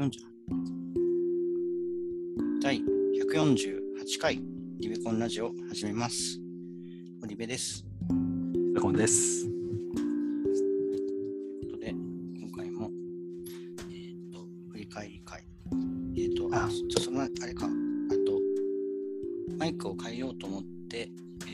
第148回リベコンラジオを始めます。オリベです。 リベコンです。 ということで、今回も、振り返り会。そのあれか、マイクを変えようと思って、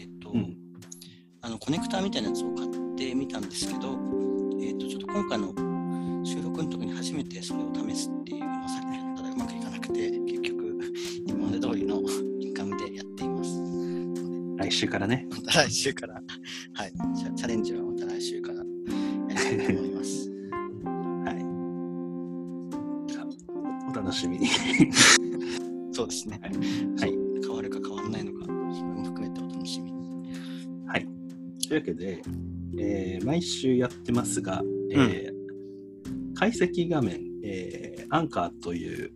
コネクターみたいなやつを買ってみたんですけど、ちょっと今回の収録の時に初めてそれを試すっていうのをさっきやったらうまくいかなくて、結局今まで通りのインカムでやっています。 来週からね。 また来週から、はい、チャレンジはまた来週からやりたいと思います。 はい。お楽しみに。 そうですね。はい。変わるか変わらないのか、それも含めてお楽しみに。 はい。というわけで、毎週やってますが、解析画面、アンカーという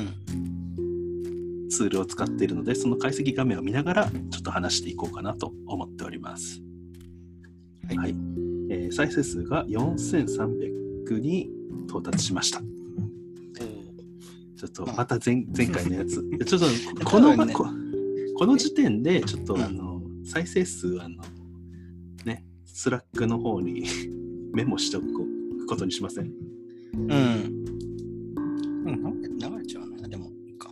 ツールを使っているので、その解析画面を見ながらちょっと話していこうかなと思っております。はい。はい。再生数が4300に到達しました。ちょっとまた前回のやつ。ちょっとこの時点でちょっと再生数ね、スラックの方にメモしておくことにしません？ 流れちゃうな。でもいいか。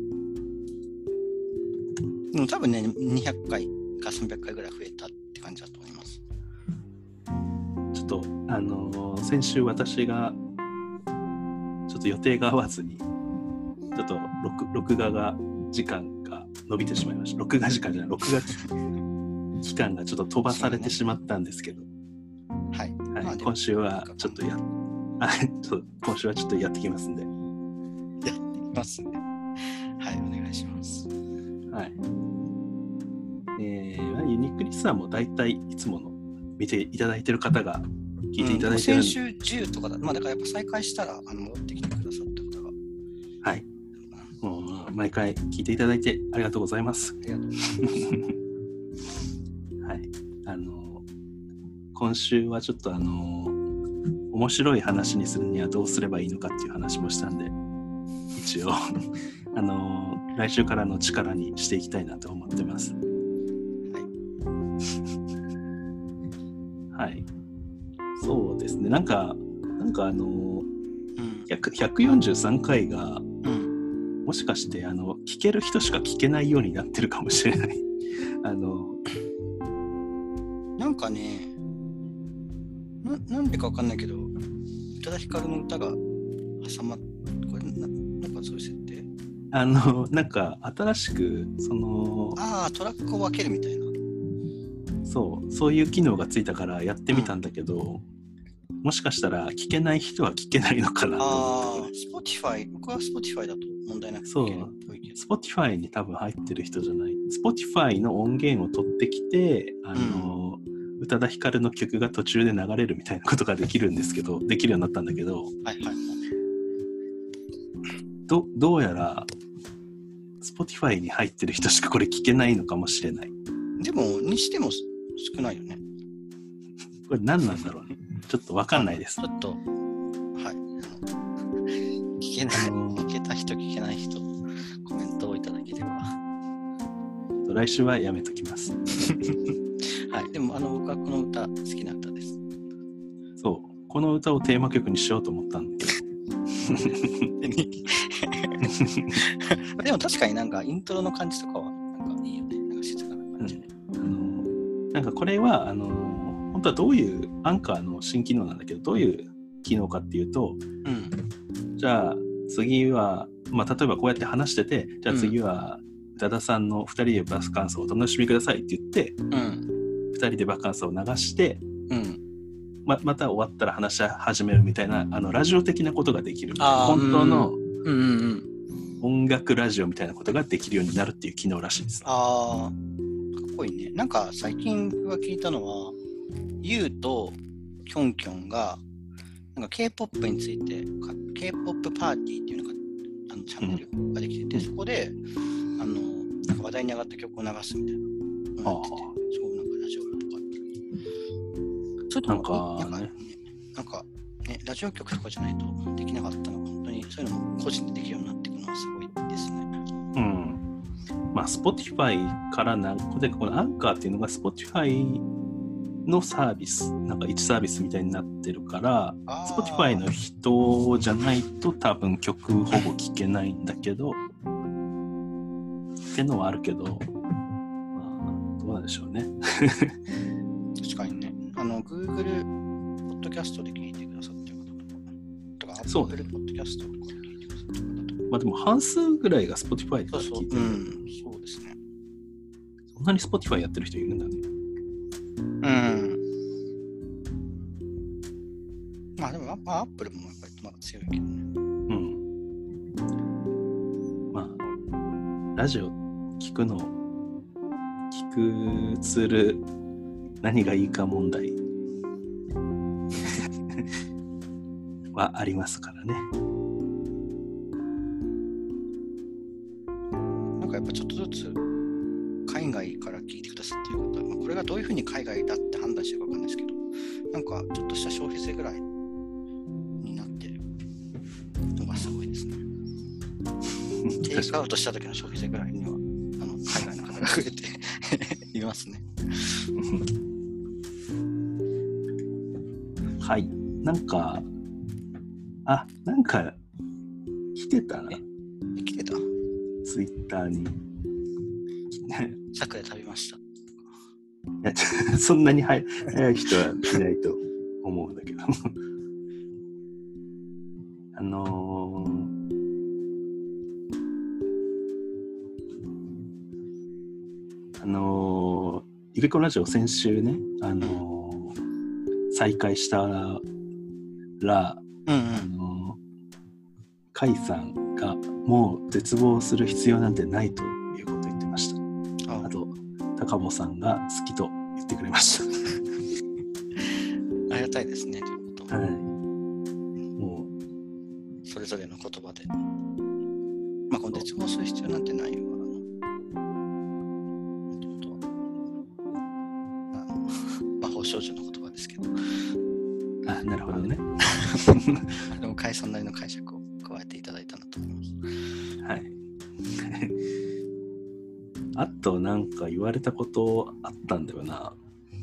でも多分ね、200回か300回ぐらい増えたって感じだと思います。 ちょっと先週私がちょっと予定が合わずにちょっと録画が時間が伸びてしまいました。録画時間じゃない、録画期間がちょっと飛ばされてしまったんですけど、はい、はい、今週はちょっと今週はちょっとやってきますんで。 やってきますね。はい、お願いします。 はい。ユニックリスナーも大体いつもの見ていただいてる方が聞いていただいてるんで、 先週10とかだ。まあだからやっぱ再開したら戻ってきてくださった方が。 はい。もう毎回聞いていただいてありがとうございます。 ありがとうございます。 はい。今週はちょっと面白い話にするにはどうすればいいのかっていう話もしたんで、一応来週からの力にしていきたいなと思ってます。はい。はい。そうですね。なんか143回が、もしかして聞ける人しか聞けないようになってるかもしれない。 なんかね、なんでかわかんないけど、宇多田ヒカルの歌が挟まって、これなんかそういう設定？ なんか新しくトラックを分けるみたいな。 そういう機能がついたからやってみたんだけど、もしかしたら聞けない人は聞けないのかなと思って。 Spotify、僕は Spotify だと問題なくて。 そう、Spotify に多分入ってる人じゃない。Spotify の音源を取ってきて、宇多田ヒカルの曲が途中で流れるみたいなことができるようになったんだけど、 はいはい、 どうやら Spotify に入ってる人しかこれ聞けないのかもしれない。 でもにしても少ないよね。 これ何なんだろうね。ちょっと分かんないです。 ちょっとはい聞けた人聞けない人コメントをいただければ。 来週はやめときます。 はい。でも僕はこの歌好きな歌です。 そう、この歌をテーマ曲にしようと思ったんだけど。 でも確かになんかイントロの感じとかはなんかいいよね。なんか静かな感じで。 なんかこれは本当はどういうアンカーの新機能なんだけど、どういう機能かっていうと、じゃあ次は例えばこうやって話してて、じゃあ次は宇多田さんの2人でバカンスをお楽しみくださいって言って、2人でバカンスを流して、また終わったら話し始めるみたいなラジオ的なことができる。本当の音楽ラジオみたいなことができるようになるっていう機能らしいです。 かっこいいね。なんか最近は聞いたのはユウとキョンキョンがなんか K-POP について K-POP パーティーっていうのがチャンネルができてて、そこでなんか話題に上がった曲を流すみたいなのをやってて、すごいなんかラジオとかそれともなんかね、ラジオ局とかじゃないとできなかったのが本当にそういうのも個人でできるようになっていくのはすごいですね。 うん。まあ Spotify からこのアンカーっていうのが Spotify のサービス、なんか1サービスみたいになってるから、Spotify の人じゃないと多分曲ほぼ聴けないんだけど、ってのはあるけど、まあ、どうなんでしょうね。 確かにね。Google ポッドキャストで聞いてくださってる方とか、 そうね。 Apple ポッドキャストとかで聞いてくださってる方とか。 まあでも半数ぐらいが Spotify で聞いてる。 そうですね。 そんなに Spotify やってる人いるんだね。 まあでもやっぱ Apple もやっぱりまだ強いけどね。 まあ、ラジオ聞くツール何がいいか問題はありますからね。 なんかやっぱちょっとずつ海外から聞いてくださっている方、これがどういうふうに海外だって判断してるかわかんないですけど、なんかちょっとした消費税ぐらいになってるのがすごいですね。テイクアウトした時の消費税ぐらいには海外の方が増えていますね。 はい。なんか来てたな。 来てた？ ツイッターに。 昨夜食べました。いやそんなに早い人はいないと思うんだけど。ゆべこラジオ先週ね、再開したら、甲斐さんがもう絶望する必要なんてないということを言ってました。あと高坊さんが好きと言ってくれました。 ありがたいですねということ。 はい。もうそれぞれの言葉で、まあこの絶望する必要なんてないわ。魔法少女の言葉ですけど。 あ、なるほどね。 でも甲斐さんなりの解釈を加えていただいたなと思います。 はい。あとなんか言われたことあったんだよな。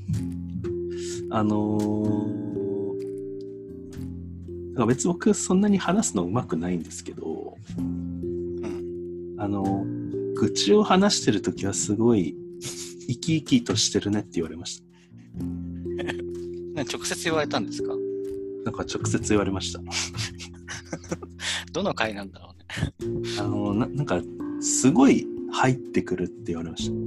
別に僕そんなに話すのうまくないんですけど、愚痴を話してるときはすごい生き生きとしてるねって言われました。 直接言われたんですか？ なんか直接言われました。 どの回なんだろうね。なんかすごい入ってくるって言われました。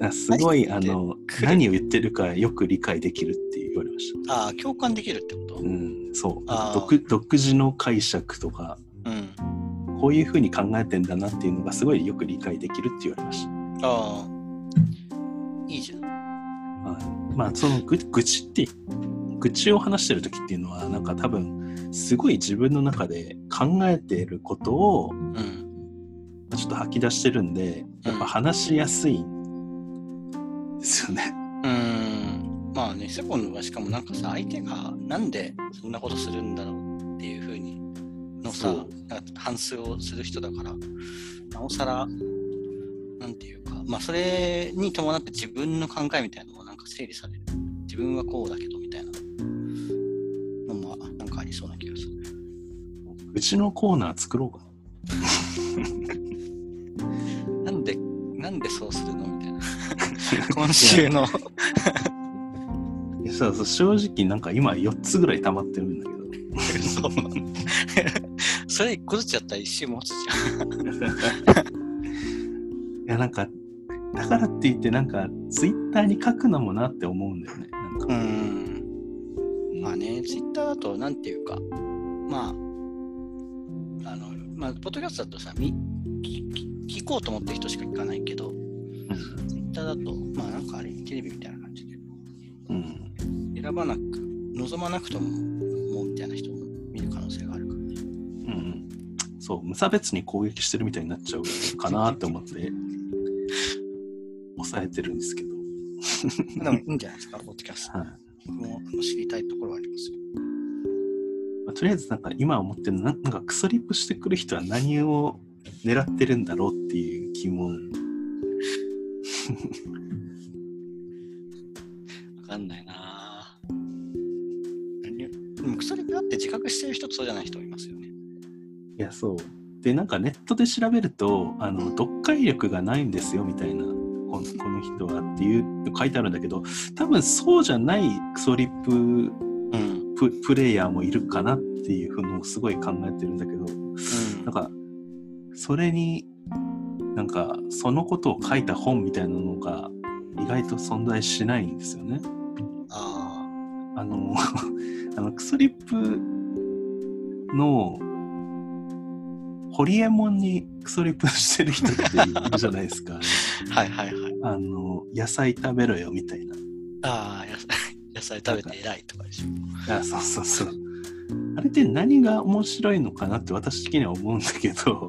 すごい何を言ってるかよく理解できるって言われました。 ああ、共感できるってこと？ そう。独自の解釈とか、こういうふうに考えてんだなっていうのがすごいよく理解できるって言われました。 ああ、いいじゃん。 まあその愚痴を話してる時っていうのはなんか多分すごい自分の中で考えていることを、ちょっと吐き出してるんでやっぱ話しやすいんですよね。 まあね、セコンドはしかもなんかさ、相手がなんでそんなことするんだろうっていう風にのさ、なんか反数をする人だから、なおさらなんていうか、まあそれに伴って自分の考えみたいなのもなんか整理される。自分はこうだけどみたいなのもなんかありそうな気がする。 うちのコーナー作ろうかな。なんでそうするのみたいな。今週のそう正直なんか今4つぐらい溜まってるんだけど。 それ1個ずつやったら一周持つじゃん。 いやなんかだからって言ってなんかツイッターに書くのもなって思うんだよね。なんかまあね、ツイッターだとなんていうか、まあポッドキャストだとさ、聞こうと思ってる人しか聞かないけど、ツイッターだとまあなんかあれテレビみたいな感じで、選ばなく望まなくとももうみたいな人も見る可能性があるからね。 そう無差別に攻撃してるみたいになっちゃうかなって思って抑えてるんですけど。 でもいいんじゃないですか、ポッドキャスト。もう知りたいところはありますよ。 とりあえずなんか今思ってるのなんかクソリップしてくる人は何を狙ってるんだろうっていう疑問。 わかんないな。でもクソリップだって自覚してる人とそうじゃない人もいますよね。 いや、そう。で、なんかネットで調べると、読解力がないんですよみたいな、この人はっていう書いてあるんだけど、多分そうじゃないクソリップ、プレイヤーもいるかなっていうのをすごい考えてるんだけど、なんか、それに、なんか、そのことを書いた本みたいなのが意外と存在しないんですよね。クソリップのホリエモンにクソリップしてる人っているじゃないですか。 はいはいはい。 野菜食べろよみたいな。 野菜食べて偉いとかでしょ。 そうそうそう。あれって何が面白いのかなって私的には思うんだけど。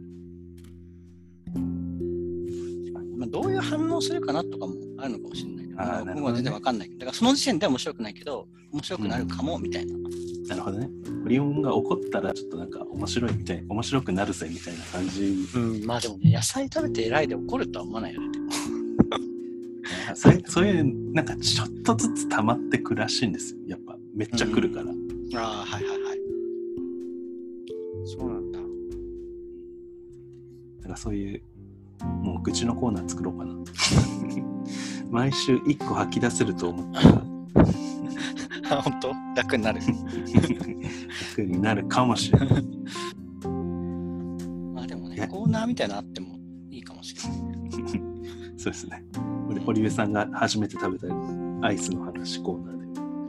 どういう反応するかなとかもあるのかもしれない。僕は全然わかんない。だからその時点で面白くないけど、面白くなるかもみたいな。 なるほどね。ホリエモンが怒ったらちょっとなんか面白くなるぜみたいな感じ。 まあでもね、野菜食べて偉いで怒るとは思わないよね。 そういうなんかちょっとずつ溜まってくらしいんですよ。やっぱめっちゃ来るから。 はいはいはい。そうなんだ。 だからそういうもう愚痴のコーナー作ろうかな。毎週1個吐き出せると思ったら本当？楽になる。 楽になるかもしれない。 まあでもね、コーナーみたいなのあってもいいかもしれない。 そうですね。堀部さんが初めて食べたアイスの話コーナー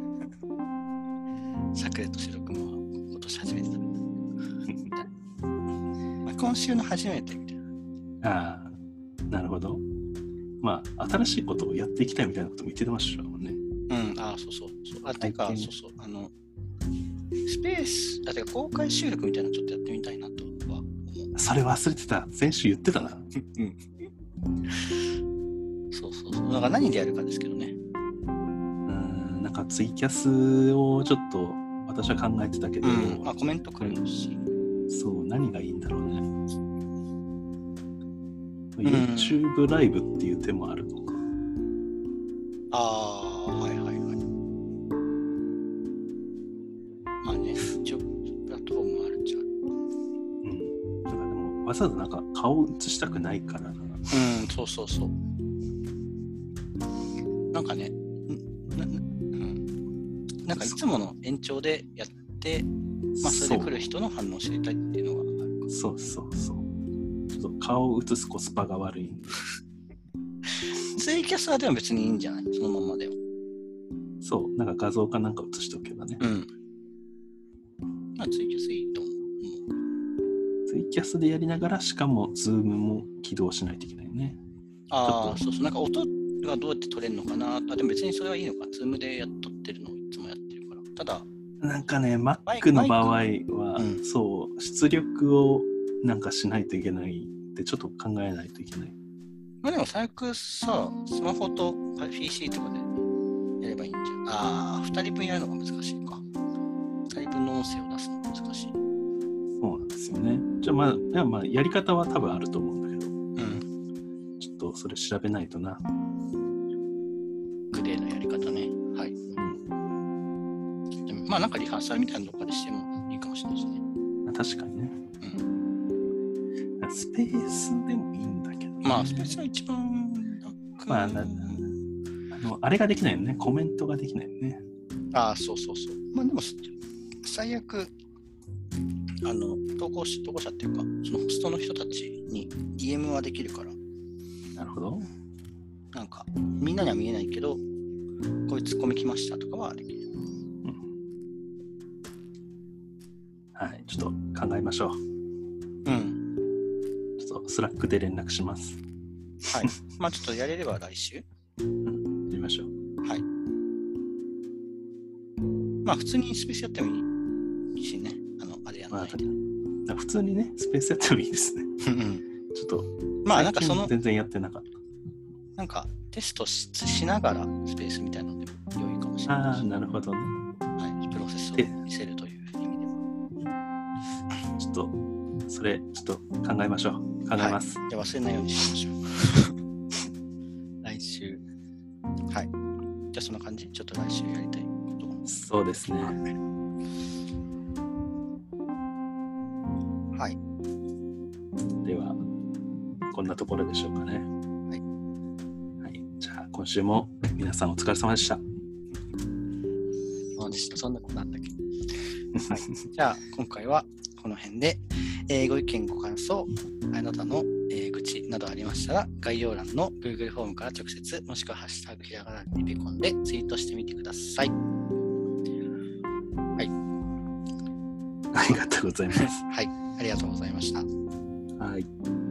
で。サクレと白熊は今年初めて食べた。まあ今週の初めてみたいな。なるほど。まあ新しいことをやっていきたいみたいなことも言ってましたもんね。 そう。てか、スペース、てか公開収録みたいなのちょっとやってみたいなとは思う。 それ忘れてた。先週言ってたな。 そう。だから何でやるかですけどね。 なんかツイキャスをちょっと私は考えてたけど、 まあコメント来るし。 そう、何がいいんだろうね。YouTube ライブっていう手もあるのか。 はい。まあね、一応プラットフォームあるっちゃある。 だからでもわざわざなんか顔映したくないからな。 そう。なんかね、なんかいつもの延長でやって、まあそれで来る人の反応を知りたいっていうのがあるか。 そう。ちょっと顔を映すコスパが悪いんで。 ツイキャスはでも別にいいんじゃない？そのままでも。 そう、なんか画像かなんか映しておけばね。 まあツイキャスいいと思う。 ツイキャスでやりながら、しかもズームも起動しないといけないね。 そう。なんか音がどうやって取れるのかな。でも別にそれはいいのか。ズームで撮ってるのをいつもやってるから。ただ、 なんかね、Mac の場合は、そう、出力をなんかしないといけないってちょっと考えないといけない。 まあでも最悪さ、スマホと PC とかでやればいいんじゃん。2人分やるのが難しいか。2人分の音声を出すのが難しい。 そうなんですよね。じゃあまあやり方は多分あると思うんだけど、ちょっとそれ調べないとな。 グレーのやり方ね。はい。でもまあなんかリハーサルみたいなのとかでしてもいいかもしれないですね。 確かにね。スペースでもいいんだけど、ね。 まあスペースは一番楽。 まああれができないよね。コメントができないよね。 そう。まあでも最悪投稿者っていうかそのホストの人たちに DM はできるから。 なるほど。 なんかみんなには見えないけどこういうツッコミ来ましたとかはできる。 はい、ちょっと考えましょう。ちょっとスラックで連絡します。 はい。まあちょっとやれれば来週。 やりましょう。 はい。まあ普通にスペースやってもいいしね。あれやらないで。 普通にね、スペースやってもいいですね。ちょっと、 まあなんか全然やってなかった。 なんかテスト しながらスペースみたいなのでも良いかもしれない。 なるほどね。 はい。プロセスを見せるという意味では。 と、それ、ちょっと考えましょう。考えます。 じゃあ忘れないようにしましょう。来週。はい。じゃあそんな感じ？ちょっと来週やりたいこと。 そうですね。 はい。 では、こんなところでしょうかね。はい。じゃあ、今週も皆さんお疲れ様でした。 そんなことあったっけ？はい。じゃあ、今回はこの辺で、ご意見、ご感想、あなたの、愚痴などありましたら、概要欄の Google フォームから直接、もしくはハッシュタグひらがなリベコンでツイートしてみてください。はい。 ありがとうございます。 はい。ありがとうございました。 はい。